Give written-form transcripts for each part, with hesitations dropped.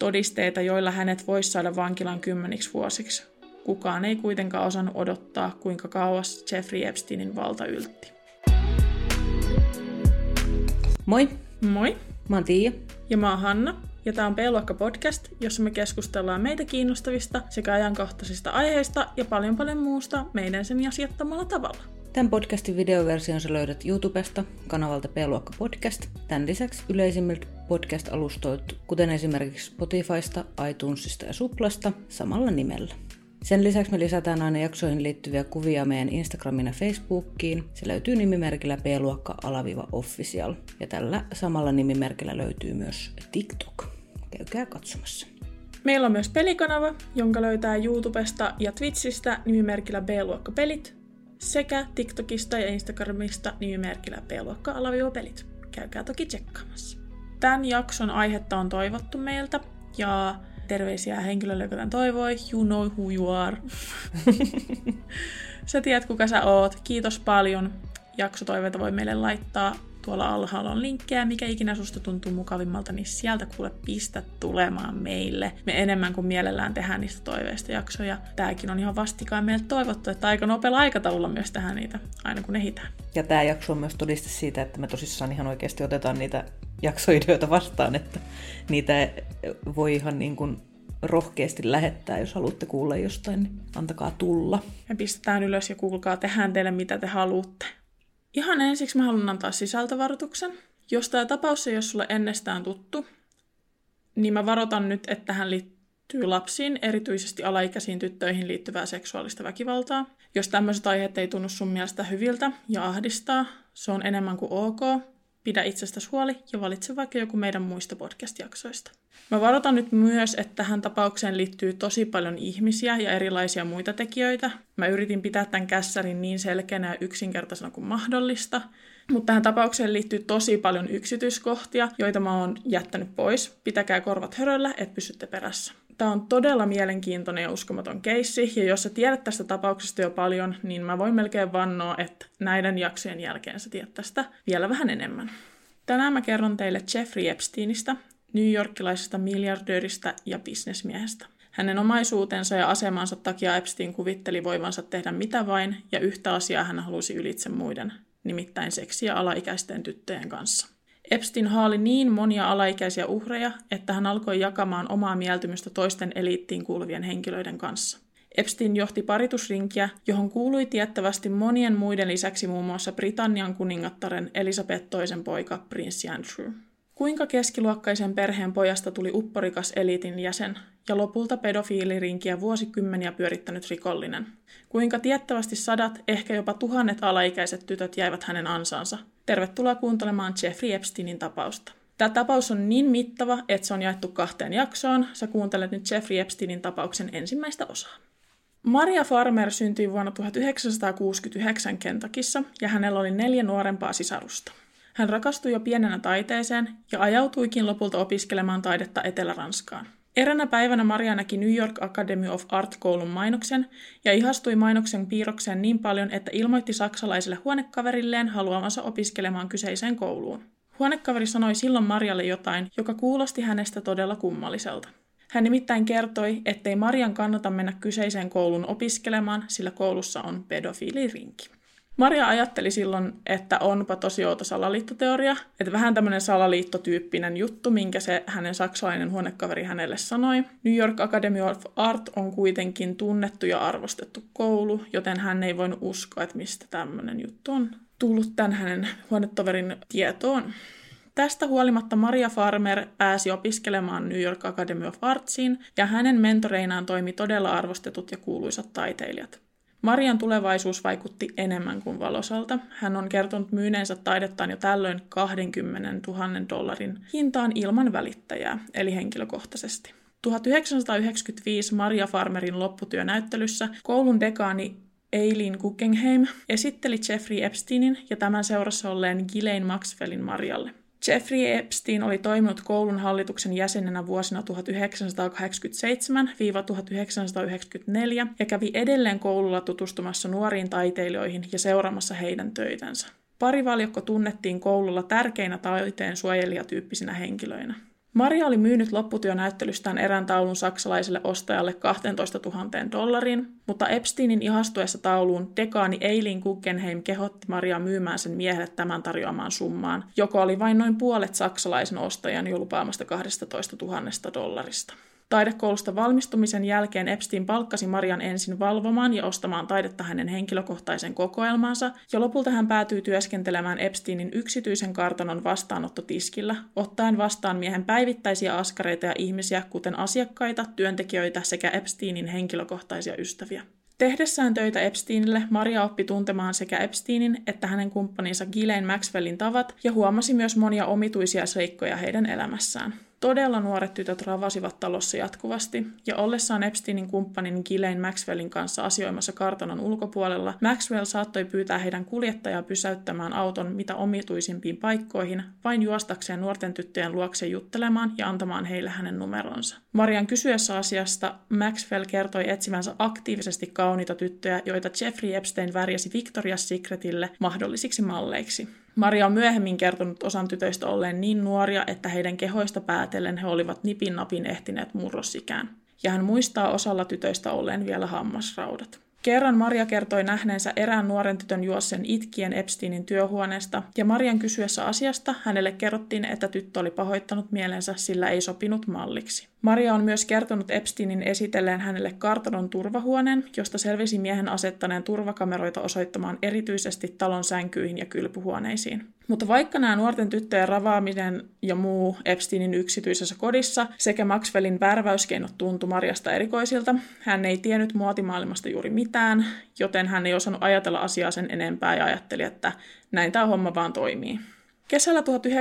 todisteita, joilla hänet voisi saada vankilaan 10 vuosiksi. Kukaan ei kuitenkaan osannut odottaa, kuinka kauas Jeffrey Epsteinin valta yltti. Moi! Moi! Mä oon Tiia. Ja mä oon Hanna. Ja tää on B-luokka podcast, jossa me keskustellaan meitä kiinnostavista sekä ajankohtaisista aiheista ja paljon muusta meidän sen asiattamalla tavalla. Tämän podcastin videoversion sä löydät YouTubesta, kanavalta B-luokka podcast. Tämän lisäksi yleisimmiltä podcast-alustoilta, kuten esimerkiksi Spotifysta, iTunesista ja Suplasta, samalla nimellä. Sen lisäksi me lisätään aina jaksoihin liittyviä kuvia meidän Instagramin ja Facebookiin. Se löytyy nimimerkillä B-luokka_official. Ja tällä samalla nimimerkillä löytyy myös TikTok. Käykää katsomassa. Meillä on myös pelikanava, jonka löytää YouTubesta ja Twitchistä nimimerkillä B-luokka-pelit sekä TikTokista ja Instagramista nimimerkillä B-luokka_pelit. Käykää toki tsekkaamassa. Tämän jakson aihetta on toivottu meiltä ja terveisiä henkilölle, joka tämän toivoi. You know who you are. Sä tiedät, kuka sä oot. Kiitos paljon. Jaksotoiveita voi meille laittaa. Tuolla alhaalla on linkkejä. Mikä ikinä susta tuntuu mukavimmalta, niin sieltä kuule pistä tulemaan meille. Me enemmän kuin mielellään tehdään niistä toiveista jaksoja. Tääkin on ihan vastikään meiltä toivottu, että aika nopealla aikataululla myös tehdään niitä, aina kun ehitään. Ja tää jakso on myös todiste siitä, että me tosissaan ihan oikeasti otetaan niitä jaksoideoita vastaan, että niitä voi ihan niin kuin rohkeasti lähettää, jos haluatte kuulla jostain, niin antakaa tulla. Me pistetään ylös ja kuulkaa, tehdään teille mitä te haluatte. Ihan ensiksi mä haluan antaa sisältövaroituksen. Jos tämä tapaus ei ole sulle ennestään tuttu, niin mä varoitan nyt, että tähän liittyy lapsiin, erityisesti alaikäisiin tyttöihin liittyvää seksuaalista väkivaltaa. Jos tämmöiset aiheet ei tunnu sun mielestä hyviltä ja ahdistaa, se on enemmän kuin ok. Pidä itsestäsi huoli ja valitse vaikka joku meidän muista podcast-jaksoista. Mä varoitan nyt myös, että tähän tapaukseen liittyy tosi paljon ihmisiä ja erilaisia muita tekijöitä. Mä yritin pitää tämän kässärin niin selkeänä ja yksinkertaisena kuin mahdollista, mutta tähän tapaukseen liittyy tosi paljon yksityiskohtia, joita mä oon jättänyt pois. Pitäkää korvat höröllä, et pysytte perässä. Tämä on todella mielenkiintoinen ja uskomaton keissi, ja jos sä tiedät tästä tapauksesta jo paljon, niin mä voin melkein vannoa, että näiden jaksojen jälkeen sä tiedät tästä vielä vähän enemmän. Tänään mä kerron teille Jeffrey Epsteinistä, newyorkilaisesta miljardööristä ja bisnesmiehestä. Hänen omaisuutensa ja asemansa takia Epstein kuvitteli voivansa tehdä mitä vain, ja yhtä asiaa hän halusi ylitse muiden, nimittäin seksiä alaikäisten tyttöjen kanssa. Epstein haali niin monia alaikäisiä uhreja, että hän alkoi jakamaan omaa mieltymystä toisten eliittiin kuuluvien henkilöiden kanssa. Epstein johti paritusrinkiä, johon kuului tiettävästi monien muiden lisäksi muun muassa Britannian kuningattaren Elisabeth toisen poika prinssi Andrew. Kuinka keskiluokkaisen perheen pojasta tuli upporikas eliitin jäsen ja lopulta pedofiilirinkiä vuosikymmeniä pyörittänyt rikollinen? Kuinka tiettävästi sadat, ehkä jopa tuhannet alaikäiset tytöt jäivät hänen ansaansa? Tervetuloa kuuntelemaan Jeffrey Epsteinin tapausta. Tämä tapaus on niin mittava, että se on jaettu 2 jaksoon. Sä kuuntelet nyt Jeffrey Epsteinin tapauksen ensimmäistä osaa. Maria Farmer syntyi vuonna 1969 Kentuckyssa ja hänellä oli 4 nuorempaa sisarusta. Hän rakastui jo pienenä taiteeseen ja ajautuikin lopulta opiskelemaan taidetta Etelä-Ranskaan. Eräänä päivänä Maria näki New York Academy of Art-koulun mainoksen ja ihastui mainoksen piirrokseen niin paljon, että ilmoitti saksalaiselle huonekaverilleen haluamansa opiskelemaan kyseiseen kouluun. Huonekaveri sanoi silloin Marialle jotain, joka kuulosti hänestä todella kummalliselta. Hän nimittäin kertoi, ettei Marian kannata mennä kyseiseen kouluun opiskelemaan, sillä koulussa on pedofiilirinki. Maria ajatteli silloin, että onpa tosi outo salaliittoteoria, että vähän tämmöinen salaliittotyyppinen juttu, minkä se hänen saksalainen huonekaveri hänelle sanoi. New York Academy of Art on kuitenkin tunnettu ja arvostettu koulu, joten hän ei voinut uskoa, että mistä tämmöinen juttu on tullut tämän hänen huonetoverin tietoon. Tästä huolimatta Maria Farmer pääsi opiskelemaan New York Academy of Artsiin, ja hänen mentoreinaan toimi todella arvostetut ja kuuluisat taiteilijat. Marian tulevaisuus vaikutti enemmän kuin valosalta. Hän on kertonut myyneensä taidettaan jo tällöin $20,000 hintaan ilman välittäjää, eli henkilökohtaisesti. 1995 Maria Farmerin lopputyönäyttelyssä koulun dekaani Eileen Guggenheim esitteli Jeffrey Epsteinin ja tämän seurassa olleen Ghislaine Maxwellin Marialle. Jeffrey Epstein oli toiminut koulun hallituksen jäsenenä vuosina 1987-1994 ja kävi edelleen koululla tutustumassa nuoriin taiteilijoihin ja seuraamassa heidän töitänsä. Parivaljakko tunnettiin koululla tärkeinä taiteen suojelijatyyppisinä henkilöinä. Maria oli myynyt lopputyönäyttelystään erään taulun saksalaiselle ostajalle $12,000, mutta Epsteinin ihastuessa tauluun dekaani Eileen Guggenheim kehotti Mariaa myymään sen miehelle tämän tarjoamaan summaan, joka oli vain noin puolet saksalaisen ostajan jo lupaamasta $12,000. Taidekoulusta valmistumisen jälkeen Epstein palkkasi Marian ensin valvomaan ja ostamaan taidetta hänen henkilökohtaisen kokoelmaansa, ja lopulta hän päätyi työskentelemään Epsteinin yksityisen kartanon vastaanottotiskillä, ottaen vastaan miehen päivittäisiä askareita ja ihmisiä, kuten asiakkaita, työntekijöitä sekä Epsteinin henkilökohtaisia ystäviä. Tehdessään töitä Epsteinille, Maria oppi tuntemaan sekä Epsteinin että hänen kumppaninsa Ghislaine Maxwellin tavat ja huomasi myös monia omituisia seikkoja heidän elämässään. Todella nuoret tytöt ravasivat talossa jatkuvasti, ja ollessaan Epsteinin kumppanin Ghislaine Maxwellin kanssa asioimassa kartanon ulkopuolella, Maxwell saattoi pyytää heidän kuljettajaa pysäyttämään auton mitä omituisimpiin paikkoihin, vain juostakseen nuorten tyttöjen luokse juttelemaan ja antamaan heille hänen numeronsa. Marian kysyessä asiasta Maxwell kertoi etsivänsä aktiivisesti kauniita tyttöjä, joita Jeffrey Epstein värjäsi Victoria's Secretille mahdollisiksi malleiksi. Maria on myöhemmin kertonut osan tytöistä olleen niin nuoria, että heidän kehoista päätellen he olivat nipin napin ehtineet murrosikään. Ja hän muistaa osalla tytöistä olleen vielä hammasraudat. Kerran Maria kertoi nähneensä erään nuoren tytön juossen itkien Epsteinin työhuoneesta, ja Marian kysyessä asiasta hänelle kerrottiin, että tyttö oli pahoittanut mielensä, sillä ei sopinut malliksi. Maria on myös kertonut Epsteinin esitelleen hänelle kartanon turvahuoneen, josta selvisi miehen asettaneen turvakameroita osoittamaan erityisesti talon sänkyihin ja kylpyhuoneisiin. Mutta vaikka nämä nuorten tyttöjen ravaaminen ja muu Epsteinin yksityisessä kodissa sekä Maxwellin värväyskeinot tuntui Mariasta erikoisilta, hän ei tiennyt muotimaailmasta juuri mitään, joten hän ei osannut ajatella asiaa sen enempää ja ajatteli, että näin tämä homma vaan toimii. Kesällä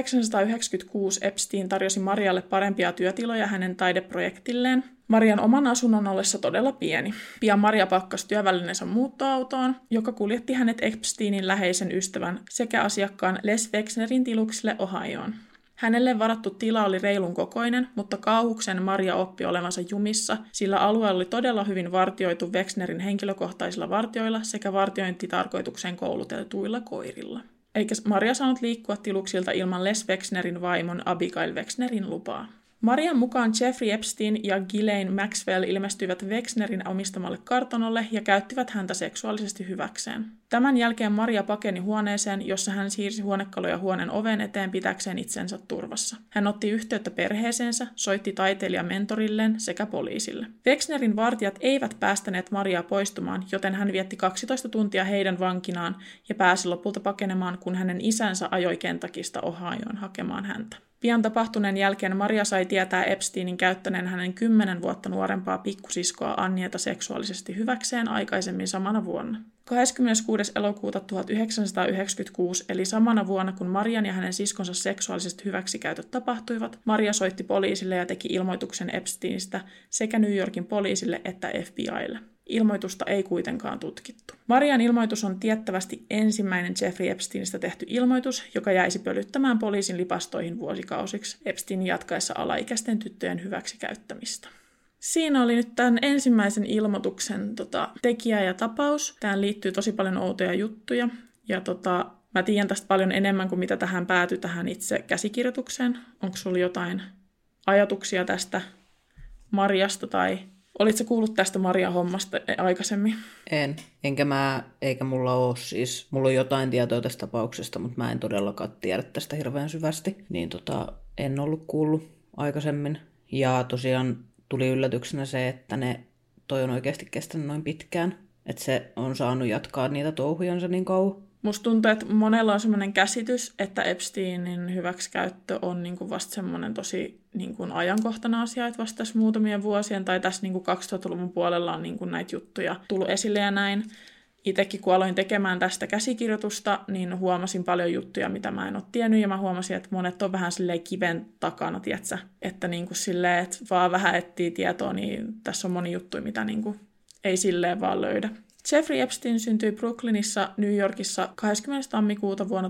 1996 Epstein tarjosi Marialle parempia työtiloja hänen taideprojektilleen. Marian oman asunnon ollessa todella pieni. Pian Maria pakkasi työvälineensä muuttoautoon, joka kuljetti hänet Epsteinin läheisen ystävän sekä asiakkaan Les Wexnerin tiluksille Ohioon. Hänelle varattu tila oli reilun kokoinen, mutta kauhuksen Maria oppi olevansa jumissa, sillä alue oli todella hyvin vartioitu Wexnerin henkilökohtaisilla vartioilla sekä vartiointitarkoitukseen koulutetuilla koirilla. Eikä Maria saanut liikkua tiluksilta ilman Les Wexnerin vaimon Abigail Wexnerin lupaa. Marian mukaan Jeffrey Epstein ja Ghislaine Maxwell ilmestyivät Wexnerin omistamalle kartanolle ja käyttivät häntä seksuaalisesti hyväkseen. Tämän jälkeen Maria pakeni huoneeseen, jossa hän siirsi huonekaluja huoneen oven eteen pitäkseen itsensä turvassa. Hän otti yhteyttä perheeseensä, soitti taiteilijamentorilleen sekä poliisille. Wexnerin vartijat eivät päästäneet Mariaa poistumaan, joten hän vietti 12 tuntia heidän vankinaan ja pääsi lopulta pakenemaan, kun hänen isänsä ajoi Kentuckista Ohioon hakemaan häntä. Pian tapahtuneen jälkeen Maria sai tietää Epsteinin käyttäneen hänen 10 vuotta nuorempaa pikkusiskoa Annieta seksuaalisesti hyväkseen aikaisemmin samana vuonna. 26. elokuuta 1996, eli samana vuonna kun Marian ja hänen siskonsa seksuaaliset hyväksikäytöt tapahtuivat, Maria soitti poliisille ja teki ilmoituksen Epsteinistä sekä New Yorkin poliisille että FBIlle. Ilmoitusta ei kuitenkaan tutkittu. Marian ilmoitus on tiettävästi ensimmäinen Jeffrey Epsteinistä tehty ilmoitus, joka jäisi pölyttämään poliisin lipastoihin vuosikausiksi Epsteinin jatkaessa alaikäisten tyttöjen hyväksikäyttämistä. Siinä oli nyt tämän ensimmäisen ilmoituksen tekijä ja tapaus. Tähän liittyy tosi paljon outoja juttuja. Ja mä tiedän tästä paljon enemmän kuin mitä tähän päätyi tähän itse käsikirjoitukseen. Onko sulla jotain ajatuksia tästä Mariasta tai olitko kuullut tästä Marian hommasta aikaisemmin? En. Eikä mulla ole siis, mulla on jotain tietoa tästä tapauksesta, mutta mä en todellakaan tiedä tästä hirveän syvästi. Niin en ollut kuullut aikaisemmin. Ja tosiaan tuli yllätyksenä se, että toi on oikeasti kestänyt noin pitkään. Että se on saanut jatkaa niitä touhujansa niin kauan. Musta tuntuu, että monella on semmoinen käsitys, että Epsteinin hyväksikäyttö on niinku vasta semmoinen tosi niinku ajankohtainen asia, että vasta tässä muutamien vuosien tai tässä niinku 2000-luvun puolella on niinku näitä juttuja tullut esille ja näin. Itsekin kun aloin tekemään tästä käsikirjoitusta, niin huomasin paljon juttuja, mitä mä en ole tiennyt, ja mä huomasin, että monet on vähän silleen kiven takana, tietsä? Että niinku silleen, että vaan vähän etsii tietoa, niin tässä on moni juttuja, mitä niinku ei silleen vaan löydä. Jeffrey Epstein syntyi Brooklynissa, New Yorkissa 20. tammikuuta vuonna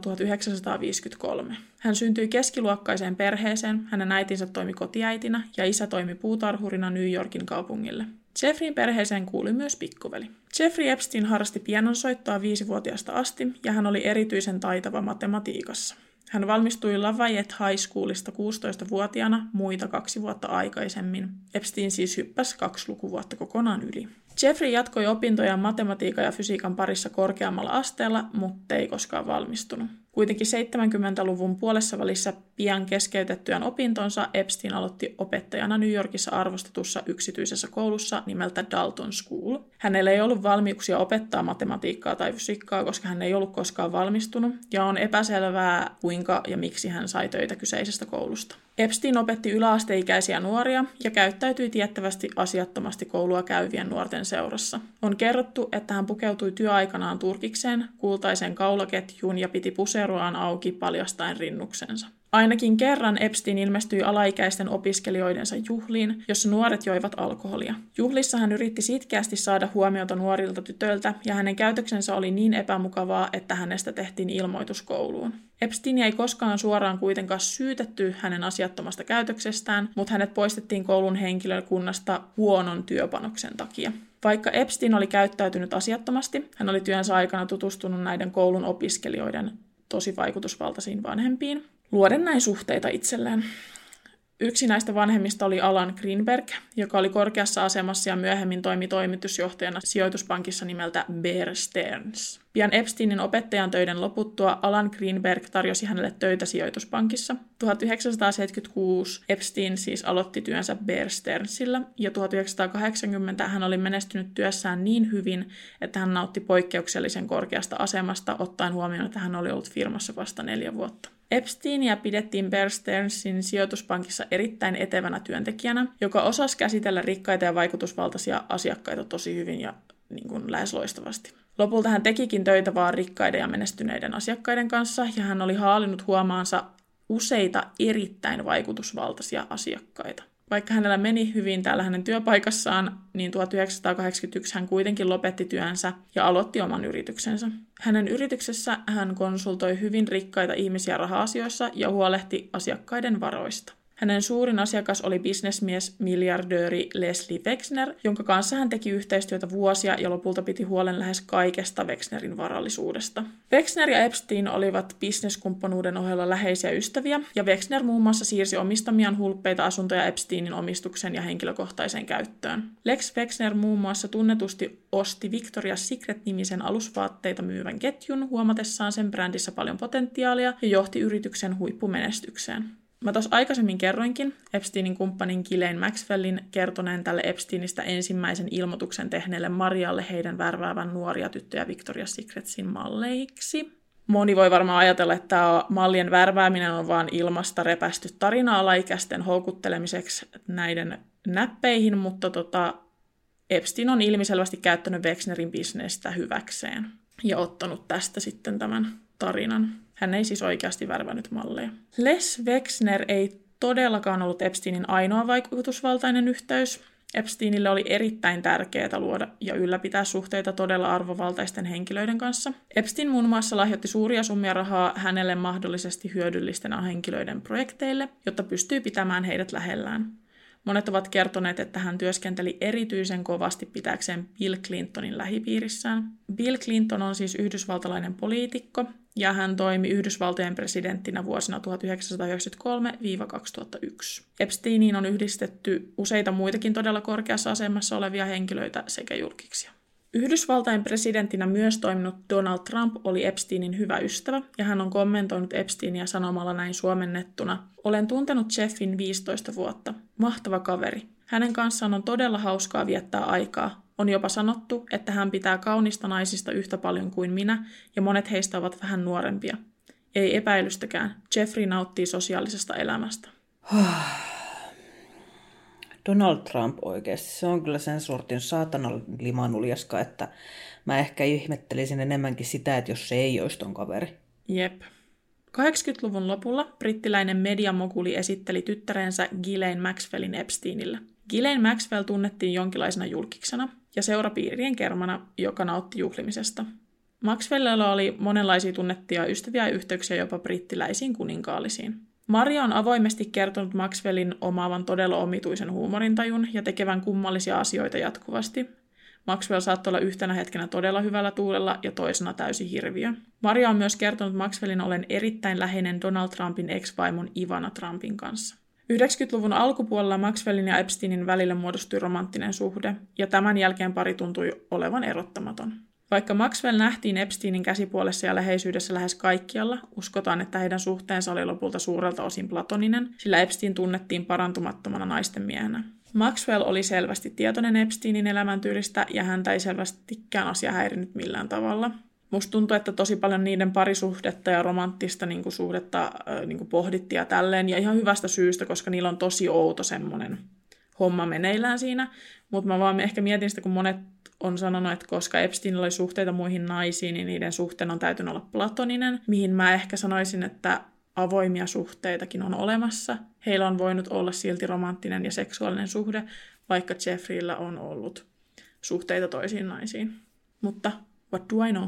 1953. Hän syntyi keskiluokkaiseen perheeseen, hänen äitinsä toimi kotiäitinä ja isä toimi puutarhurina New Yorkin kaupungille. Jeffreyn perheeseen kuului myös pikkuveli. Jeffrey Epstein harrasti pianonsoittoa 5-vuotiaasta asti ja hän oli erityisen taitava matematiikassa. Hän valmistui Lafayette High Schoolista 16-vuotiaana muita 2 vuotta aikaisemmin. Epstein siis hyppäsi 2 lukuvuotta kokonaan yli. Jeffrey jatkoi opintojaan matematiikan ja fysiikan parissa korkeammalla asteella, mutta ei koskaan valmistunut. Kuitenkin 70-luvun puolessa välissä pian keskeytettyään opintonsa Epstein aloitti opettajana New Yorkissa arvostetussa yksityisessä koulussa nimeltä Dalton School. Hänellä ei ollut valmiuksia opettaa matematiikkaa tai fysiikkaa, koska hän ei ollut koskaan valmistunut, ja on epäselvää, kuinka ja miksi hän sai töitä kyseisestä koulusta. Epstein opetti yläasteikäisiä nuoria ja käyttäytyi tiettävästi asiattomasti koulua käyvien nuorten seurassa. On kerrottu, että hän pukeutui työaikanaan turkikseen, kultaiseen kaulaketjuun ja piti puseroaan auki paljastaen rinnuksensa. Ainakin kerran Epstein ilmestyi alaikäisten opiskelijoidensa juhliin, jossa nuoret joivat alkoholia. Juhlissa hän yritti sitkeästi saada huomiota nuorilta tytöiltä, ja hänen käytöksensä oli niin epämukavaa, että hänestä tehtiin ilmoitus kouluun. Epstein ei koskaan suoraan kuitenkaan syytetty hänen asiattomasta käytöksestään, mutta hänet poistettiin koulun henkilökunnasta huonon työpanoksen takia. Vaikka Epstein oli käyttäytynyt asiattomasti, hän oli työnsä aikana tutustunut näiden koulun opiskelijoiden tosi vaikutusvaltaisiin vanhempiin, luoden näin suhteita itselleen. Yksi näistä vanhemmista oli Alan Greenberg, joka oli korkeassa asemassa ja myöhemmin toimi toimitusjohtajana sijoituspankissa nimeltä Bear Stearns. Pian Epsteinin opettajan töiden loputtua Alan Greenberg tarjosi hänelle töitä sijoituspankissa. 1976 Epstein siis aloitti työnsä Bear Stearnsillä, ja 1980 hän oli menestynyt työssään niin hyvin, että hän nautti poikkeuksellisen korkeasta asemasta, ottaen huomioon, että hän oli ollut firmassa vasta 4 vuotta. Epsteinia pidettiin Bear Stearnsin sijoituspankissa erittäin etevänä työntekijänä, joka osasi käsitellä rikkaita ja vaikutusvaltaisia asiakkaita tosi hyvin ja lähes loistavasti. Lopulta hän tekikin töitä vaan rikkaiden ja menestyneiden asiakkaiden kanssa, ja hän oli haalinnut huomaansa useita erittäin vaikutusvaltaisia asiakkaita. Vaikka hänellä meni hyvin täällä hänen työpaikassaan, niin 1981 hän kuitenkin lopetti työnsä ja aloitti oman yrityksensä. Hänen yrityksessä hän konsultoi hyvin rikkaita ihmisiä raha-asioissa ja huolehti asiakkaiden varoista. Hänen suurin asiakas oli bisnesmies miljardööri Leslie Wexner, jonka kanssa hän teki yhteistyötä vuosia ja lopulta piti huolen lähes kaikesta Wexnerin varallisuudesta. Wexner ja Epstein olivat bisneskumppanuuden ohella läheisiä ystäviä, ja Wexner muun muassa siirsi omistamiaan hulppeita asuntoja Epsteinin omistuksen ja henkilökohtaiseen käyttöön. Lex Wexner muun muassa tunnetusti osti Victoria's Secret-nimisen alusvaatteita myyvän ketjun huomatessaan sen brändissä paljon potentiaalia ja johti yrityksen huippumenestykseen. Mä tuossa aikaisemmin kerroinkin Epsteinin kumppanin Ghislaine Maxwellin kertoneen tälle Epsteinistä ensimmäisen ilmoituksen tehneelle Marialle heidän värväävän nuoria tyttöjä Victoria's Secretsin malleiksi. Moni voi varmaan ajatella, että tämä mallien värvääminen on vaan ilmasta repästy tarina alaikäisten houkuttelemiseksi näiden näppeihin, mutta Epstein on ilmiselvästi käyttänyt Wexnerin bisnestä hyväkseen ja ottanut tästä sitten tämän tarinan. Hän ei siis oikeasti värvännyt malleja. Les Wexner ei todellakaan ollut Epsteinin ainoa vaikutusvaltainen yhteys. Epsteinille oli erittäin tärkeää luoda ja ylläpitää suhteita todella arvovaltaisten henkilöiden kanssa. Epstein muun muassa lahjoitti suuria summia rahaa hänelle mahdollisesti hyödyllisten henkilöiden projekteille, jotta pystyy pitämään heidät lähellään. Monet ovat kertoneet, että hän työskenteli erityisen kovasti pitääkseen Bill Clintonin lähipiirissään. Bill Clinton on siis yhdysvaltalainen poliitikko, ja hän toimi Yhdysvaltojen presidenttinä vuosina 1993–2001. Epsteiniin on yhdistetty useita muitakin todella korkeassa asemassa olevia henkilöitä sekä julkiksia. Yhdysvaltain presidenttinä myös toiminut Donald Trump oli Epsteinin hyvä ystävä, ja hän on kommentoinut Epsteinia sanomalla näin suomennettuna: "Olen tuntenut Jeffin 15 vuotta. Mahtava kaveri. Hänen kanssaan on todella hauskaa viettää aikaa. On jopa sanottu, että hän pitää kaunista naisista yhtä paljon kuin minä, ja monet heistä ovat vähän nuorempia. Ei epäilystäkään. Jeffrey nauttii sosiaalisesta elämästä." Donald Trump oikeasti, se on kyllä sen sortin saatanan limanuljaska, että mä ehkä ihmettelisin enemmänkin sitä, että jos se ei olisi ton kaveri. Jep. 80-luvun lopulla brittiläinen mediamoguli esitteli tyttärensä Ghislaine Maxwellin Epsteinille. Ghislaine Maxwell tunnettiin jonkinlaisena julkiksena ja seurapiirien kermana, joka nautti juhlimisesta. Maxwellilla oli monenlaisia tunnettuja ystäviä ja yhteyksiä jopa brittiläisiin kuninkaallisiin. Maria on avoimesti kertonut Maxwellin omaavan todella omituisen huumorintajun ja tekevän kummallisia asioita jatkuvasti. Maxwell saattoi olla yhtenä hetkenä todella hyvällä tuulella ja toisena täysi hirviö. Maria on myös kertonut Maxwellin ollen erittäin läheinen Donald Trumpin ex-vaimon Ivana Trumpin kanssa. 90-luvun alkupuolella Maxwellin ja Epsteinin välille muodostui romanttinen suhde, ja tämän jälkeen pari tuntui olevan erottamaton. Vaikka Maxwell nähtiin Epsteinin käsipuolessa ja läheisyydessä lähes kaikkialla, uskotaan, että heidän suhteensa oli lopulta suurelta osin platoninen, sillä Epstein tunnettiin parantumattomana naisten miehenä. Maxwell oli selvästi tietoinen Epsteinin elämäntyylistä ja häntä ei selvästikään asia häirinyt millään tavalla. Musta tuntuu, että tosi paljon niiden parisuhdetta ja romanttista suhdetta pohdittiin ja tälleen, ja ihan hyvästä syystä, koska niillä on tosi outo semmoinen homma meneillään siinä. Mutta mä vaan ehkä mietin sitä, kun monet on sanonut, että koska Epsteinilla oli suhteita muihin naisiin, niin niiden suhteen on täytynyt olla platoninen, mihin mä ehkä sanoisin, että avoimia suhteitakin on olemassa. Heillä on voinut olla silti romanttinen ja seksuaalinen suhde, vaikka Jeffreyllä on ollut suhteita toisiin naisiin. Mutta what do I know?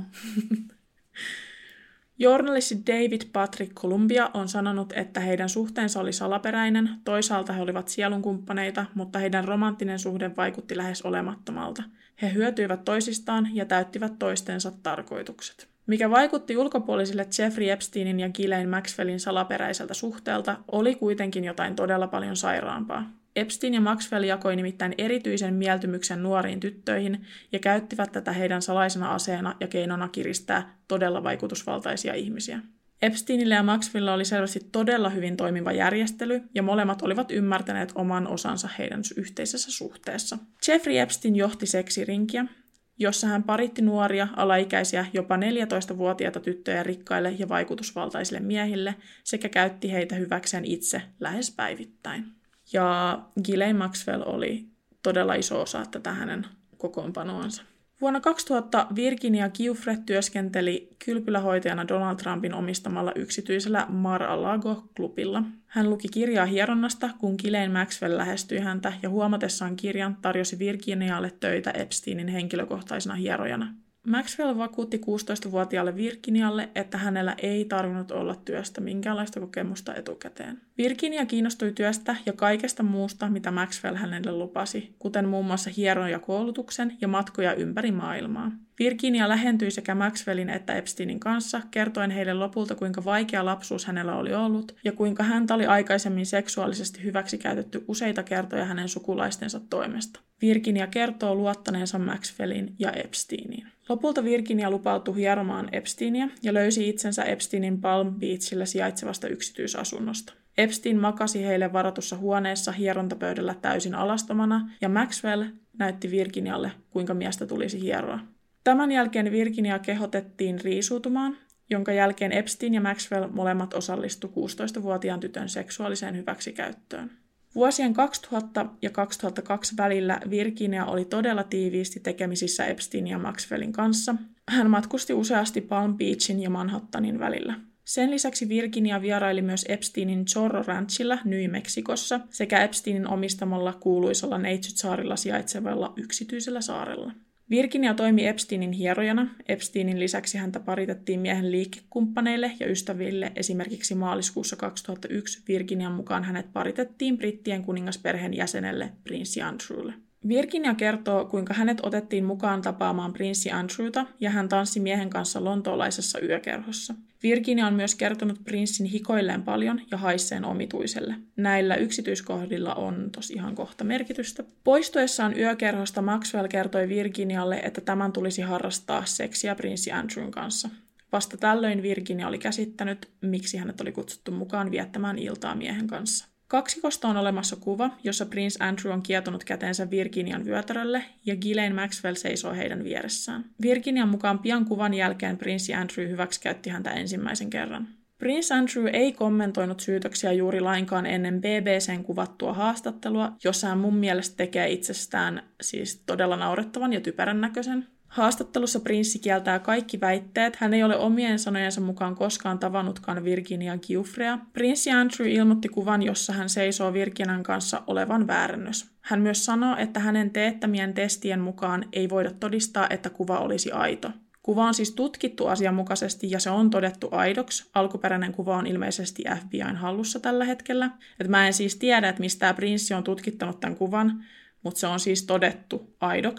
Journalisti David Patrick Columbia on sanonut, että heidän suhteensa oli salaperäinen, toisaalta he olivat sielunkumppaneita, mutta heidän romanttinen suhde vaikutti lähes olemattomalta. He hyötyivät toisistaan ja täyttivät toistensa tarkoitukset. Mikä vaikutti ulkopuolisille Jeffrey Epsteinin ja Ghislaine Maxwellin salaperäiseltä suhteelta, oli kuitenkin jotain todella paljon sairaampaa. Epstein ja Maxwell jakoi nimittäin erityisen mieltymyksen nuoriin tyttöihin ja käyttivät tätä heidän salaisena aseena ja keinona kiristää todella vaikutusvaltaisia ihmisiä. Epsteinillä ja Maxwellilla oli selvästi todella hyvin toimiva järjestely, ja molemmat olivat ymmärtäneet oman osansa heidän yhteisessä suhteessa. Jeffrey Epstein johti seksirinkiä, jossa hän paritti nuoria, alaikäisiä, jopa 14-vuotiaita tyttöjä rikkaille ja vaikutusvaltaisille miehille, sekä käytti heitä hyväkseen itse lähes päivittäin. Ja Ghislaine Maxwell oli todella iso osa tätä hänen kokoonpanoansa. Vuonna 2000 Virginia Giuffre työskenteli kylpylähoitajana Donald Trumpin omistamalla yksityisellä Mar-a-Lago-klubilla. Hän luki kirjaa hieronnasta, kun Ghislaine Maxwell lähestyi häntä ja huomatessaan kirjan tarjosi Virginialle töitä Epsteinin henkilökohtaisena hierojana. Maxwell vakuutti 16-vuotiaalle Virginialle, että hänellä ei tarvinnut olla työstä minkäänlaista kokemusta etukäteen. Virginia kiinnostui työstä ja kaikesta muusta, mitä Maxwell hänelle lupasi, kuten muun muassa hierojakoulutuksen ja matkoja ympäri maailmaa. Virginia lähentyi sekä Maxwellin että Epsteinin kanssa, kertoen heille lopulta, kuinka vaikea lapsuus hänellä oli ollut ja kuinka häntä oli aikaisemmin seksuaalisesti hyväksikäytetty useita kertoja hänen sukulaistensa toimesta. Virginia kertoo luottaneensa Maxwellin ja Epsteiniin. Lopulta Virginia lupautui hieromaan Epsteinia ja löysi itsensä Epsteinin Palm Beachillä sijaitsevasta yksityisasunnosta. Epstein makasi heille varatussa huoneessa hierontapöydällä täysin alastomana, ja Maxwell näytti Virginialle, kuinka miestä tulisi hieroa. Tämän jälkeen Virginia kehotettiin riisuutumaan, jonka jälkeen Epstein ja Maxwell molemmat osallistu 16-vuotiaan tytön seksuaaliseen hyväksikäyttöön. Vuosien 2000 ja 2002 välillä Virginia oli todella tiiviisti tekemisissä Epsteinin ja Maxwellin kanssa. Hän matkusti useasti Palm Beachin ja Manhattanin välillä. Sen lisäksi Virginia vieraili myös Epsteinin Zorro Ranchilla New Mexicossa sekä Epsteinin omistamalla kuuluisalla Neitsyt-saarilla sijaitsevalla yksityisellä saarella. Virginia toimi Epsteinin hierojana. Epsteinin lisäksi häntä paritettiin miehen liikekumppaneille ja ystäville. Esimerkiksi maaliskuussa 2001 Virginian mukaan hänet paritettiin brittien kuningasperheen jäsenelle prinssi Andrewlle. Virginia kertoo, kuinka hänet otettiin mukaan tapaamaan prinssi Andrewta ja hän tanssi miehen kanssa lontoolaisessa yökerhossa. Virginia on myös kertonut prinssin hikoilleen paljon ja haisseen omituiselle. Näillä yksityiskohdilla on tosi ihan kohta merkitystä. Poistuessaan yökerhosta Maxwell kertoi Virginialle, että tämän tulisi harrastaa seksiä prinssi Andrewn kanssa. Vasta tällöin Virginia oli käsittänyt, miksi hänet oli kutsuttu mukaan viettämään iltaa miehen kanssa. Kaksikosta on olemassa kuva, jossa Prince Andrew on kietonut käteensä Virginian vyötärölle ja Ghislaine Maxwell seisoo heidän vieressään. Virginian mukaan pian kuvan jälkeen prinssi Andrew hyväksikäytti häntä ensimmäisen kerran. Prince Andrew ei kommentoinut syytöksiä juuri lainkaan ennen BBC:n kuvattua haastattelua, jossa hän mun mielestä tekee itsestään siis todella naurettavan ja typerän näköisen. Haastattelussa prinssi kieltää kaikki väitteet. Hän ei ole omien sanojensa mukaan koskaan tavannutkaan Virginia Giuffrea. Prinssi Andrew ilmoitti kuvan, jossa hän seisoo Virginian kanssa olevan väärennös. Hän myös sanoo, että hänen teettämien testien mukaan ei voida todistaa, että kuva olisi aito. Kuva on siis tutkittu asianmukaisesti ja se on todettu aidoksi. Alkuperäinen kuva on ilmeisesti FBI:n hallussa tällä hetkellä. Et mä en siis tiedä, että mistä prinssi on tutkittanut tämän kuvan, mutta se on siis todettu aidoksi.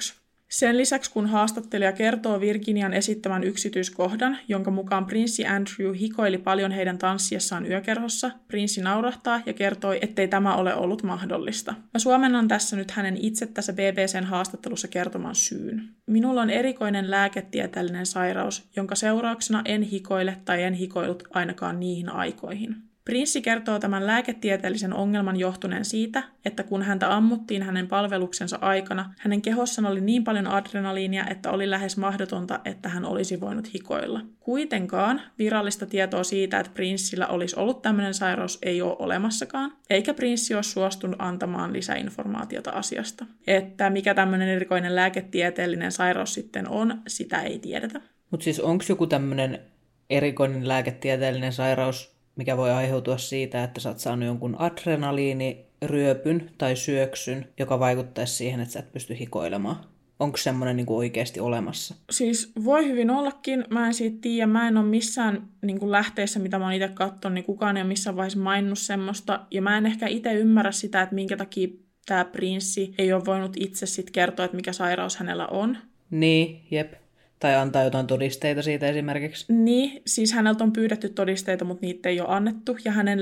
Sen lisäksi kun haastattelija kertoo Virginian esittämän yksityiskohdan, jonka mukaan prinssi Andrew hikoili paljon heidän tanssiessaan yökerhossa, prinssi naurahtaa ja kertoi, ettei tämä ole ollut mahdollista. Mä suomennan tässä nyt hänen itse tässä BBCn haastattelussa kertoman syyn. Minulla on erikoinen lääketieteellinen sairaus, jonka seurauksena en hikoile tai en hikoillut ainakaan niihin aikoihin. Prinssi kertoo tämän lääketieteellisen ongelman johtuneen siitä, että kun häntä ammuttiin hänen palveluksensa aikana, hänen kehossaan oli niin paljon adrenaliinia, että oli lähes mahdotonta, että hän olisi voinut hikoilla. Kuitenkaan virallista tietoa siitä, että prinssillä olisi ollut tämmöinen sairaus, ei ole olemassakaan, eikä prinssi ole suostunut antamaan lisäinformaatiota asiasta. Että mikä tämmöinen erikoinen lääketieteellinen sairaus sitten on, sitä ei tiedetä. Mutta siis onko joku tämmöinen erikoinen lääketieteellinen sairaus, mikä voi aiheutua siitä, että sä oot saanut jonkun adrenaliiniryöpyn tai syöksyn, joka vaikuttaisi siihen, että sä et pysty hikoilemaan? Onko semmoinen niin kuin oikeasti olemassa? Siis voi hyvin ollakin. Mä en siitä tiedä. Mä en ole missään niin kuin lähteissä, mitä mä oon itse katsonut, niin kukaan ei ole missään vaiheessa maininnut semmoista. Ja mä en ehkä itse ymmärrä sitä, että minkä takia tämä prinssi ei ole voinut itse sit kertoa, että mikä sairaus hänellä on. Niin, jep. Tai antaa jotain todisteita siitä esimerkiksi. Niin, siis häneltä on pyydetty todisteita, mutta niitä ei ole annettu. Ja hänen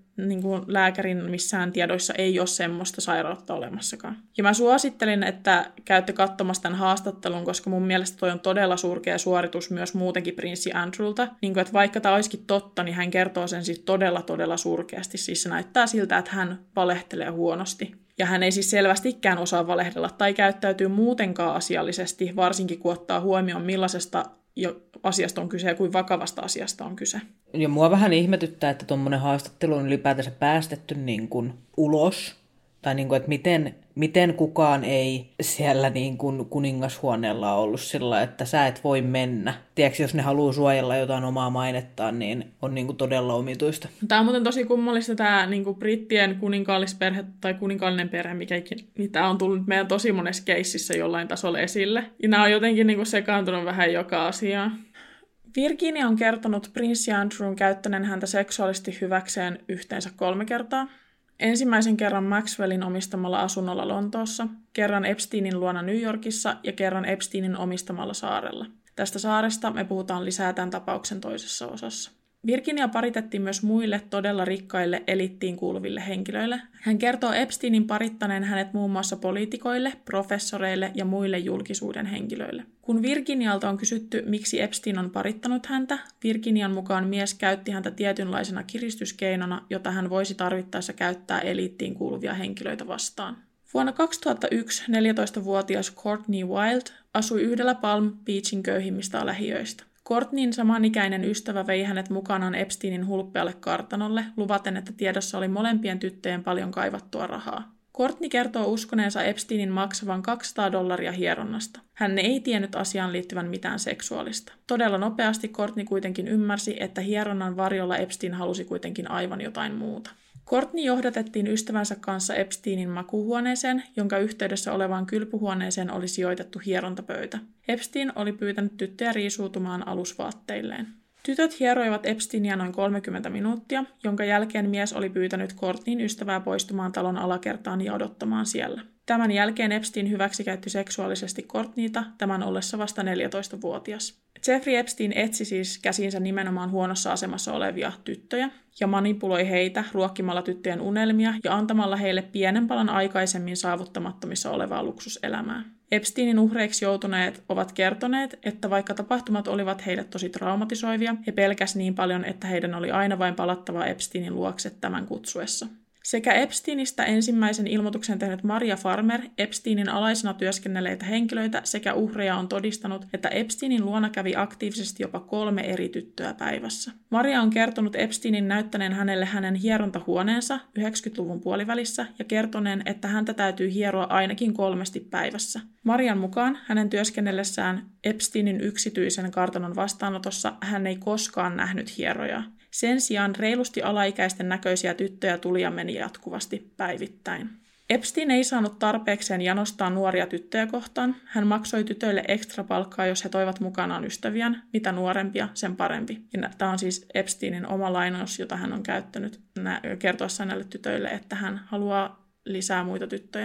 lääkärin missään tiedoissa ei ole semmoista sairautta olemassakaan. Ja mä suosittelin, että käytte katsomassa tämän haastattelun, koska mun mielestä toi on todella surkea suoritus myös muutenkin prinssi Andrewlta. Niin kuin, että vaikka tämä olisikin totta, niin hän kertoo sen siis todella surkeasti. Siis se näyttää siltä, että hän valehtelee huonosti. Ja hän ei siis selvästikään osaa valehdella tai käyttäytyy muutenkaan asiallisesti, varsinkin kun ottaa huomioon millaisesta asiasta on kyse ja kuin vakavasta asiasta on kyse. Ja mua vähän ihmetyttää, että tuommoinen haastattelu on ylipäätänsä päästetty niin kuin ulos. Tai niin kuin, että miten kukaan ei siellä niin kuin kuningashuoneella ollut sillä, että sä et voi mennä. Tiedätkö, jos ne haluaa suojella jotain omaa mainettaan, niin on niin kuin todella omituista. Tämä on muuten tosi kummallista, tämä niin kuin brittien kuninkaallisperhe tai kuninkaallinen perhe, niin tämä on tullut meidän tosi monessa keississä jollain tasolla esille. Ja nämä on jotenkin niin kuin sekaantunut vähän joka asiaan. Virginia on kertonut prinssi Andrewn käyttäneen häntä seksuaalisesti hyväkseen yhteensä 3 kertaa. Ensimmäisen kerran Maxwellin omistamalla asunnolla Lontoossa, kerran Epsteinin luona New Yorkissa ja kerran Epsteinin omistamalla saarella. Tästä saaresta me puhutaan lisää tämän tapauksen toisessa osassa. Virginia paritettiin myös muille todella rikkaille eliittiin kuuluville henkilöille. Hän kertoo Epsteinin parittaneen hänet muun muassa poliitikoille, professoreille ja muille julkisuuden henkilöille. Kun Virginialta on kysytty, miksi Epstein on parittanut häntä, Virginian mukaan mies käytti häntä tietynlaisena kiristyskeinona, jota hän voisi tarvittaessa käyttää eliittiin kuuluvia henkilöitä vastaan. Vuonna 2001 14-vuotias Courtney Wild asui yhdellä Palm Beachin köyhimmistä lähiöistä. Courtneyn samanikäinen ystävä vei hänet mukanaan Epsteinin hulppealle kartanolle, luvaten, että tiedossa oli molempien tyttöjen paljon kaivattua rahaa. Courtney kertoo uskoneensa Epsteinin maksavan $200 hieronnasta. Hän ei tiennyt asiaan liittyvän mitään seksuaalista. Todella nopeasti Courtney kuitenkin ymmärsi, että hieronnan varjolla Epstein halusi kuitenkin aivan jotain muuta. Courtney johdatettiin ystävänsä kanssa Epsteinin makuuhuoneeseen, jonka yhteydessä olevaan kylpyhuoneeseen oli sijoitettu hierontapöytä. Epstein oli pyytänyt tyttöjä riisuutumaan alusvaatteilleen. Tytöt hieroivat Epsteinia noin 30 minuuttia, jonka jälkeen mies oli pyytänyt Courtneyn ystävää poistumaan talon alakertaan ja odottamaan siellä. Tämän jälkeen Epstein hyväksikäytti seksuaalisesti Courtneyta, tämän ollessa vasta 14-vuotias. Jeffrey Epstein etsi siis käsinsä nimenomaan huonossa asemassa olevia tyttöjä ja manipuloi heitä ruokkimalla tyttöjen unelmia ja antamalla heille pienen palan aikaisemmin saavuttamattomissa olevaa luksuselämää. Epsteinin uhreiksi joutuneet ovat kertoneet, että vaikka tapahtumat olivat heille tosi traumatisoivia, he pelkäsivät niin paljon, että heidän oli aina vain palattava Epsteinin luokse tämän kutsuessa. Sekä Epsteinistä ensimmäisen ilmoituksen tehnyt Maria Farmer, Epsteinin alaisena työskennelleitä henkilöitä sekä uhreja on todistanut, että Epsteinin luona kävi aktiivisesti jopa 3 eri tyttöä päivässä. Maria on kertonut Epsteinin näyttäneen hänelle hänen hierontahuoneensa 90-luvun puolivälissä ja kertoneen, että häntä täytyy hieroa ainakin 3 päivässä. Marian mukaan hänen työskennellessään Epsteinin yksityisen kartanon vastaanotossa hän ei koskaan nähnyt hierojaa. Sen sijaan reilusti alaikäisten näköisiä tyttöjä tuli ja meni jatkuvasti päivittäin. Epstein ei saanut tarpeekseen janostaa nuoria tyttöjä kohtaan. Hän maksoi tytöille ekstra palkkaa, jos he toivat mukanaan ystäviään. Mitä nuorempia, sen parempi. Ja tämä on siis Epsteinin oma lainaus, jota hän on käyttänyt kertoessaan näille tytöille, että hän haluaa lisää muita tyttöjä.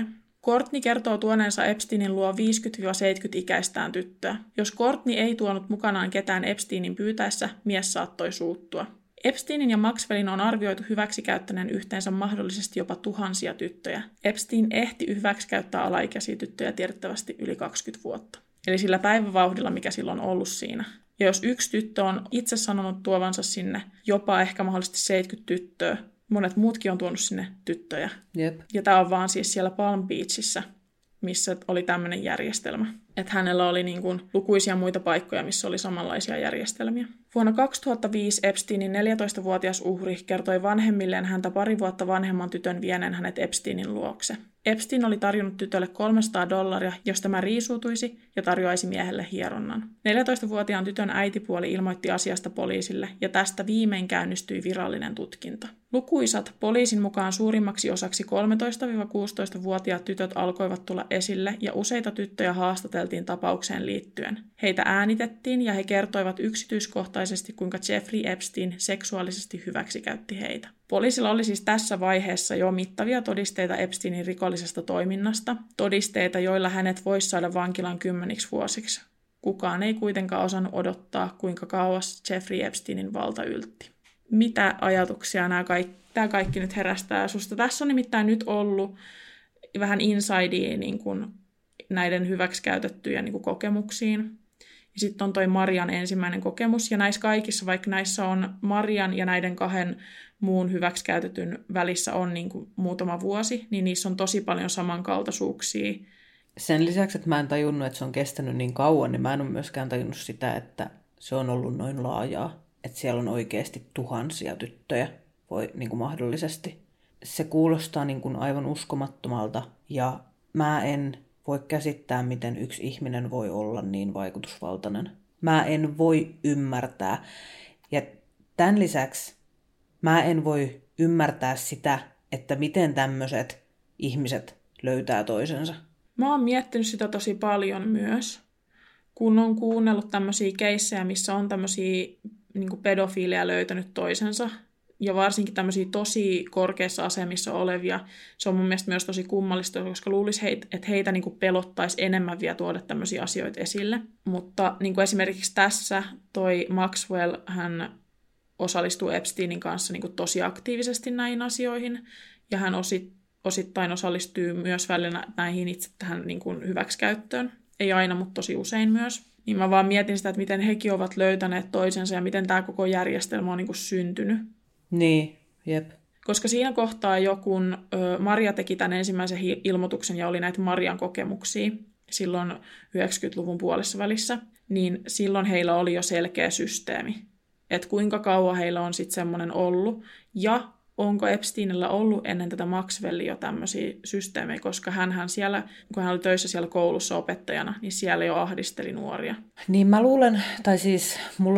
Courtney kertoo tuoneensa Epsteinin luo 50-70-ikäistään tyttöä. Jos Courtney ei tuonut mukanaan ketään Epsteinin pyytäessä, mies saattoi suuttua. Epsteinin ja Maxwellin on arvioitu hyväksikäyttäneen yhteensä mahdollisesti jopa tuhansia tyttöjä. Epstein ehti hyväksikäyttää alaikäisiä tyttöjä tiedettävästi yli 20 vuotta. Eli sillä päivävauhdilla, mikä silloin on ollut siinä. Ja jos yksi tyttö on itse sanonut tuovansa sinne jopa ehkä mahdollisesti 70 tyttöä, monet muutkin on tuonut sinne tyttöjä. Jep. Ja tämä on vaan siis siellä Palm Beachissä, missä oli tämmöinen järjestelmä. Että hänellä oli niin kuin lukuisia muita paikkoja, missä oli samanlaisia järjestelmiä. Vuonna 2005 Epsteinin 14-vuotias uhri kertoi vanhemmilleen häntä pari vuotta vanhemman tytön vieneen hänet Epsteinin luokse. Epstein oli tarjonnut tytölle $300, jos tämä riisuutuisi ja tarjoaisi miehelle hieronnan. 14-vuotiaan tytön äitipuoli ilmoitti asiasta poliisille ja tästä viimein käynnistyi virallinen tutkinta. Lukuisat poliisin mukaan suurimmaksi osaksi 13-16-vuotiaat tytöt alkoivat tulla esille ja useita tyttöjä haastateltiin tapaukseen liittyen. Heitä äänitettiin ja he kertoivat yksityiskohtaisesti, kuinka Jeffrey Epstein seksuaalisesti hyväksikäytti heitä. Poliisilla oli siis tässä vaiheessa jo mittavia todisteita Epsteinin rikollisesta toiminnasta, todisteita, joilla hänet voisi saada vankilan 10 vuosiksi. Kukaan ei kuitenkaan osannut odottaa, kuinka kauas Jeffrey Epsteinin valta yltti. Mitä ajatuksia tämä kaikki nyt herästää susta? Tässä on nimittäin nyt ollut vähän insidea niin kuin näiden hyväksikäytettyjen niin kuin kokemuksiin. Ja sitten on toi Marian ensimmäinen kokemus, ja näissä kaikissa, vaikka näissä on Marian ja näiden 2 muun hyväksikäytetyn välissä on niin kuin muutama vuosi, niin niissä on tosi paljon samankaltaisuuksia. Sen lisäksi, että mä en tajunnut, että se on kestänyt niin kauan, niin mä en ole myöskään tajunnut sitä, että se on ollut noin laajaa. Että siellä on oikeasti tuhansia tyttöjä, voi niin kuin mahdollisesti. Se kuulostaa niin kuin aivan uskomattomalta, ja mä en voi käsittää, miten yksi ihminen voi olla niin vaikutusvaltainen. Mä en voi ymmärtää. Ja tämän lisäksi mä en voi ymmärtää sitä, että miten tämmöiset ihmiset löytää toisensa. Mä oon miettinyt sitä tosi paljon myös, kun on kuunnellut tämmöisiä keissejä, missä on tämmöisiä niin kuin pedofiileja löytänyt toisensa. Ja varsinkin tämmöisiä tosi korkeassa asemissa olevia. Se on mun mielestä myös tosi kummallista, koska luulisi, että heitä niin kuin pelottaisi enemmän vielä tuoda tämmöisiä asioita esille. Mutta niin kuin esimerkiksi tässä toi Maxwell, hän osallistuu Epsteinin kanssa niin kuin tosi aktiivisesti näihin asioihin. Ja hän osittain osallistuu myös välillä näihin itse tähän niin kuin hyväksikäyttöön. Ei aina, mutta tosi usein myös. Niin mä vaan mietin sitä, että miten hekin ovat löytäneet toisensa ja miten tämä koko järjestelmä on niin kuin syntynyt. Niin, jep. Koska siinä kohtaa kun Maria teki tämän ensimmäisen ilmoituksen ja oli näitä Marian kokemuksia silloin 90-luvun puolessa välissä, niin silloin heillä oli jo selkeä systeemi. Että kuinka kauan heillä on sitten semmoinen ollut ja onko Epsteinillä ollut ennen tätä Maxwellia jo tämmöisiä systeemejä, koska hänhän siellä, kun hän oli töissä siellä koulussa opettajana, niin siellä jo ahdisteli nuoria. Niin mä luulen, tai siis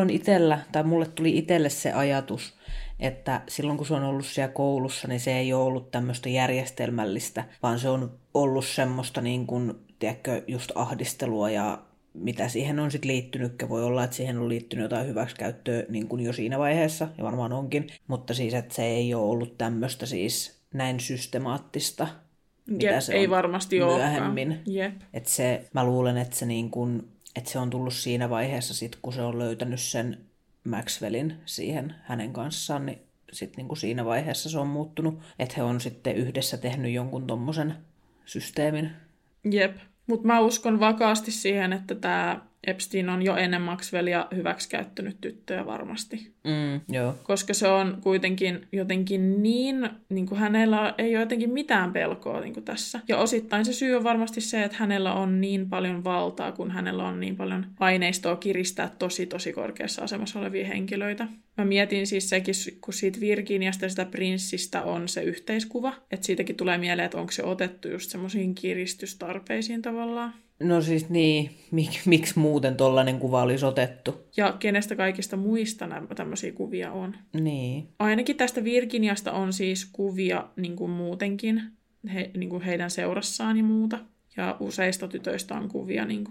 mulle tuli itselle se ajatus, että silloin kun se on ollut siellä koulussa, niin se ei ole ollut tämmöistä järjestelmällistä, vaan se on ollut semmoista niin kuin, tiedätkö, just ahdistelua ja mitä siihen on sitten liittynyt. Voi olla, että siihen on liittynyt jotain hyväksikäyttöä niin kuin jo siinä vaiheessa, ja varmaan onkin, mutta siis, että se ei ole ollut tämmöistä siis näin systemaattista, mitä se ei on varmasti myöhemmin. Jep. Että se, mä luulen, että se, niin kuin, että se on tullut siinä vaiheessa, sit, kun se on löytänyt sen Maxwellin siihen hänen kanssaan, niin sitten niin kuin siinä vaiheessa se on muuttunut, että he on sitten yhdessä tehnyt jonkun tommosen systeemin. Jep, mutta mä uskon vakaasti siihen, että tämä Epstein on jo ennen Maxwellia hyväksikäyttänyt tyttöjä varmasti. Joo. Koska se on kuitenkin jotenkin niin kuin hänellä ei ole jotenkin mitään pelkoa niin kuin tässä. Ja osittain se syy on varmasti se, että hänellä on niin paljon valtaa, kun hänellä on niin paljon aineistoa kiristää tosi korkeassa asemassa olevia henkilöitä. Mä mietin siis sekin, kun siitä Virginiasta ja sitä prinssistä on se yhteiskuva, että siitäkin tulee mieleen, että onko se otettu just semmoisiin kiristystarpeisiin tavallaan. No siis niin, miksi muuten tollainen kuva olisi otettu? Ja kenestä kaikista muista nämä tämmöisiä kuvia on. Niin. Ainakin tästä Virginiasta on siis kuvia niin kuin muutenkin, niin kuin heidän seurassaan ja muuta. Ja useista tytöistä on kuvia niin kuin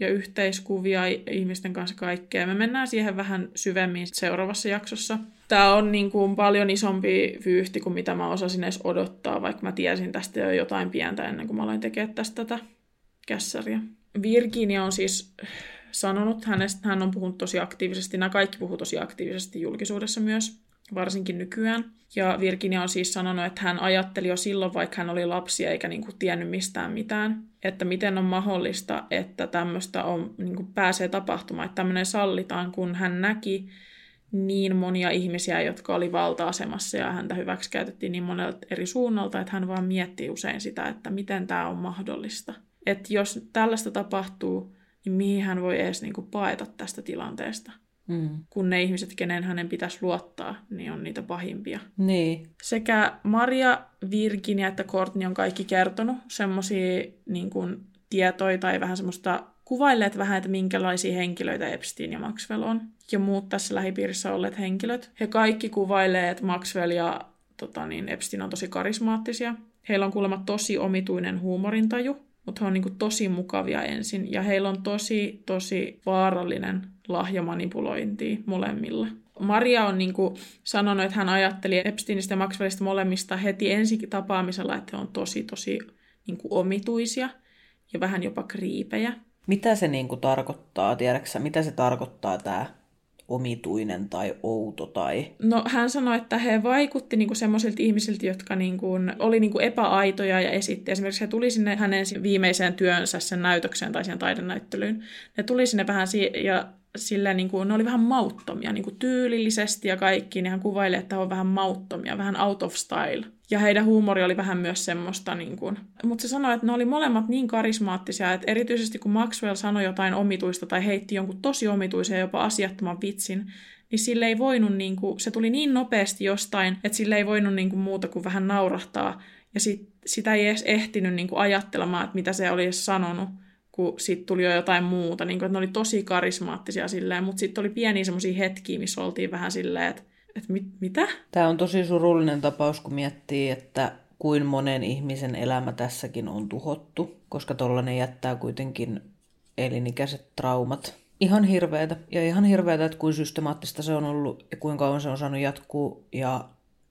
ja yhteiskuvia ihmisten kanssa kaikkea. Me mennään siihen vähän syvemmin seuraavassa jaksossa. Tämä on niin kuin paljon isompi vyyhti kuin mitä mä osasin edes odottaa, vaikka mä tiesin tästä jo jotain pientä ennen kuin mä aloin tekemään tästä tätä kässäriä. Virginia on siis sanonut, hän on puhunut tosi aktiivisesti, nämä kaikki puhuu tosi aktiivisesti julkisuudessa myös, varsinkin nykyään. Ja Virginia on siis sanonut, että hän ajatteli jo silloin, vaikka hän oli lapsi eikä niin kuin tiennyt mistään mitään, että miten on mahdollista, että tämmöistä niin kuin pääsee tapahtumaan, että tämmöinen sallitaan, kun hän näki niin monia ihmisiä, jotka oli valta-asemassa ja häntä hyväksikäytettiin niin monelta eri suunnalta, että hän vaan miettii usein sitä, että miten tämä on mahdollista. Että jos tällaista tapahtuu, niin mihin hän voi edes niin kuin paeta tästä tilanteesta. Kun ne ihmiset, kenen hänen pitäisi luottaa, niin on niitä pahimpia. Niin. Sekä Maria, Virginia että Courtney on kaikki kertonut semmoisia niin kuin tietoja tai vähän semmoista kuvailleet vähän, että minkälaisia henkilöitä Epstein ja Maxwell on. Ja muut tässä lähipiirissä olleet henkilöt. He kaikki kuvailee, että Maxwell ja Epstein on tosi karismaattisia. Heillä on kuulemma tosi omituinen huumorintaju, mutta he on niin kuin tosi mukavia ensin. Ja heillä on tosi vaarallinen lahja manipulointia molemmilla. Maria on niin kuin sanonut, että hän ajatteli Epsteinistä ja Maxwellista molemmista heti ensi tapaamisella, että he on tosi niin kuin omituisia ja vähän jopa kriipejä. Mitä se niin kuin tarkoittaa, tiedätkö? Mitä se tarkoittaa tämä omituinen tai outo? Tai... No hän sanoi, että he vaikutti niin kuin semmoisilta ihmisiltä, jotka niin kuin oli niin kuin epäaitoja ja esitti. Esimerkiksi he tuli sinne hänen viimeiseen työnsä, sen näytökseen tai siihen taidennäyttelyyn. Ne tuli sinne vähän ja silleen, niin kuin, ne oli vähän mauttomia, niin kuin tyylillisesti ja kaikki, niin hän kuvailee, että he on vähän mauttomia, vähän out of style. Ja heidän huumori oli vähän myös semmoista, niin kuin... Mutta se sanoi, että ne oli molemmat niin karismaattisia, että erityisesti kun Maxwell sanoi jotain omituista tai heitti jonkun tosi omituisen ja jopa asiattoman vitsin, niin sille ei voinut, niin kuin... se tuli niin nopeasti jostain, että sille ei voinut niin kuin muuta kuin vähän naurahtaa. Ja sitä ei edes ehtinyt niin kuin ajattelemaan, että mitä se oli edes sanonut, kun sitten tuli jo jotain muuta. Niin kuin, että ne oli tosi karismaattisia silleen, mutta sitten oli pieniä semmoisia hetkiä, missä oltiin vähän silleen, että mitä? Tämä on tosi surullinen tapaus, kun miettii, että kuin monen ihmisen elämä tässäkin on tuhottu, koska tollainen jättää kuitenkin elinikäiset traumat. Ihan hirveätä. Ja ihan hirveätä, että kuin systemaattista se on ollut ja kuinka kauan se on saanut jatkuu ja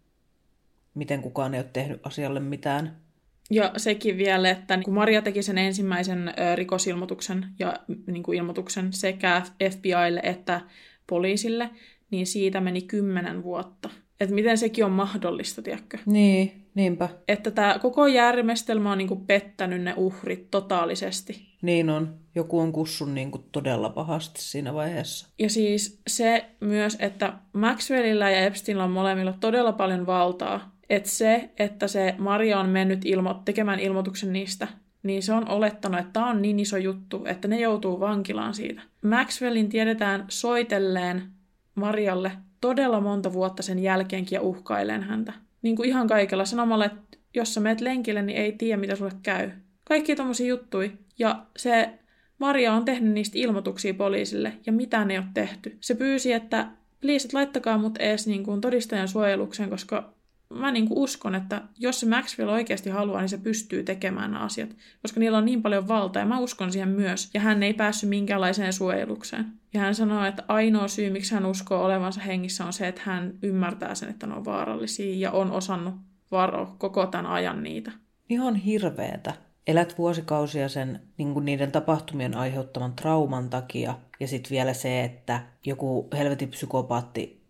miten kukaan ei ole tehnyt asialle mitään. Ja sekin vielä, että kun Maria teki sen ensimmäisen rikosilmoituksen ja niin kuin ilmoituksen sekä FBI:lle että poliisille, niin siitä meni 10 vuotta. Että miten sekin on mahdollista, tiedätkö? Niin, niinpä. Että tämä koko järjestelmä on niinku pettänyt ne uhrit totaalisesti. Niin on. Joku on kussun niinku todella pahasti siinä vaiheessa. Ja siis se myös, että Maxwellillä ja Epsteinillä on molemmilla todella paljon valtaa. Että se Maria on mennyt tekemään ilmoituksen niistä, niin se on olettanut, että tämä on niin iso juttu, että ne joutuu vankilaan siitä. Maxwellin tiedetään soitelleen Marialle todella monta vuotta sen jälkeenkin ja uhkailen häntä. Niin kuin ihan kaikella sanomalla, että jos sä meet lenkille, niin ei tiedä, mitä sulle käy. Kaikki tommosia juttui. Ja se Maria on tehnyt niistä ilmoituksia poliisille, ja mitään ei ole tehty. Se pyysi, että please, laittakaa mut ees niin kuin todistajan suojelukseen, koska mä niin kuin uskon, että jos se Maxwell oikeasti haluaa, niin se pystyy tekemään nämä asiat. Koska niillä on niin paljon valtaa, ja mä uskon siihen myös. Ja hän ei päässyt minkäänlaiseen suojelukseen. Ja hän sanoo, että ainoa syy, miksi hän uskoo olevansa hengissä, on se, että hän ymmärtää sen, että ne on vaarallisia, ja on osannut varoa koko tämän ajan niitä. Ihan hirveetä. Elät vuosikausia sen niiden tapahtumien aiheuttaman trauman takia, ja sitten vielä se, että joku helvetin psykopaatti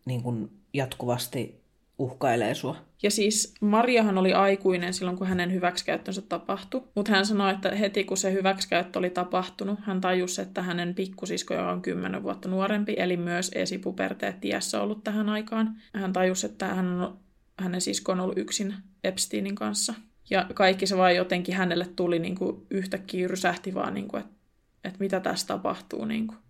jatkuvasti uhkailee sua. Ja siis Mariahan oli aikuinen silloin, kun hänen hyväksikäyttönsä tapahtui. Mutta hän sanoi, että heti kun se hyväksikäyttö oli tapahtunut, hän tajusi, että hänen pikkusisko, joka on 10 vuotta nuorempi, eli myös esipuberteettiässä ollut tähän aikaan. Hän tajusi, että hänen sisko on ollut yksin Epsteinin kanssa. Ja kaikki se vaan jotenkin hänelle tuli yhtäkkiä rysähti vaan, että mitä tässä tapahtuu.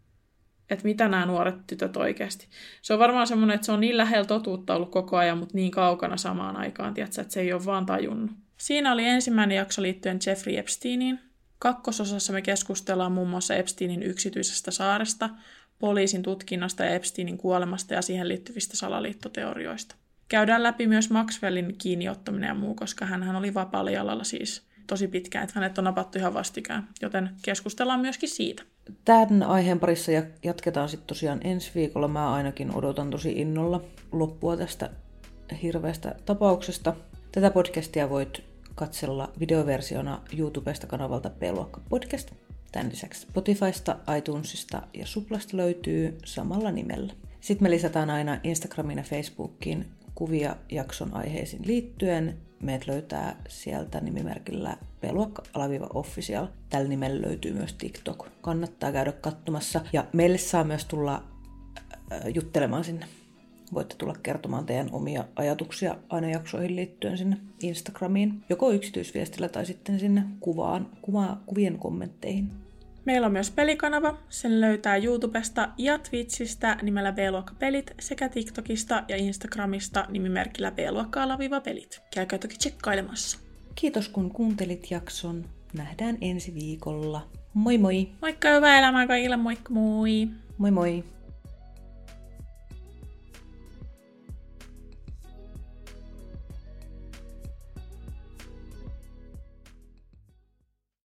Että mitä nämä nuoret tytöt oikeasti. Se on varmaan semmoinen, että se on niin lähellä totuutta ollut koko ajan, mutta niin kaukana samaan aikaan, tiedätkö, että se ei ole vaan tajunnut. Siinä oli ensimmäinen jakso liittyen Jeffrey Epsteiniin. Kakkososassa me keskustellaan muun muassa Epsteinin yksityisestä saaresta, poliisin tutkinnasta ja Epsteinin kuolemasta ja siihen liittyvistä salaliittoteorioista. Käydään läpi myös Maxwellin kiinniottaminen ja muu, koska hänhän oli vapaalla jalalla siis tosi pitkään, että hänet on napattu ihan vastikään, joten keskustellaan myöskin siitä. Tämän aiheen parissa jatketaan sitten tosiaan ensi viikolla. Mä ainakin odotan tosi innolla loppua tästä hirveästä tapauksesta. Tätä podcastia voit katsella videoversiona YouTubesta kanavalta P-luokka podcast. Tämän lisäksi Spotifysta, iTunesista ja Suplasta löytyy samalla nimellä. Sitten me lisätään aina Instagramiin ja Facebookiin kuvia jakson aiheisiin liittyen. Meidät löytää sieltä nimimerkillä P-luokka_official. Tällä nimellä löytyy myös TikTok. Kannattaa käydä katsomassa. Ja meille saa myös tulla juttelemaan sinne. Voitte tulla kertomaan teidän omia ajatuksia aina jaksoihin liittyen sinne Instagramiin. Joko yksityisviestillä tai sitten sinne kuvien kommentteihin. Meillä on myös pelikanava. Sen löytää YouTubesta ja Twitchistä nimellä B-luokka-pelit sekä TikTokista ja Instagramista nimimerkillä B-luokka_pelit. Käykää toki tsekkailemassa. Kiitos kun kuuntelit jakson. Nähdään ensi viikolla. Moi moi! Moikka, hyvää elämää kaikille, moikka moi! Moi moi!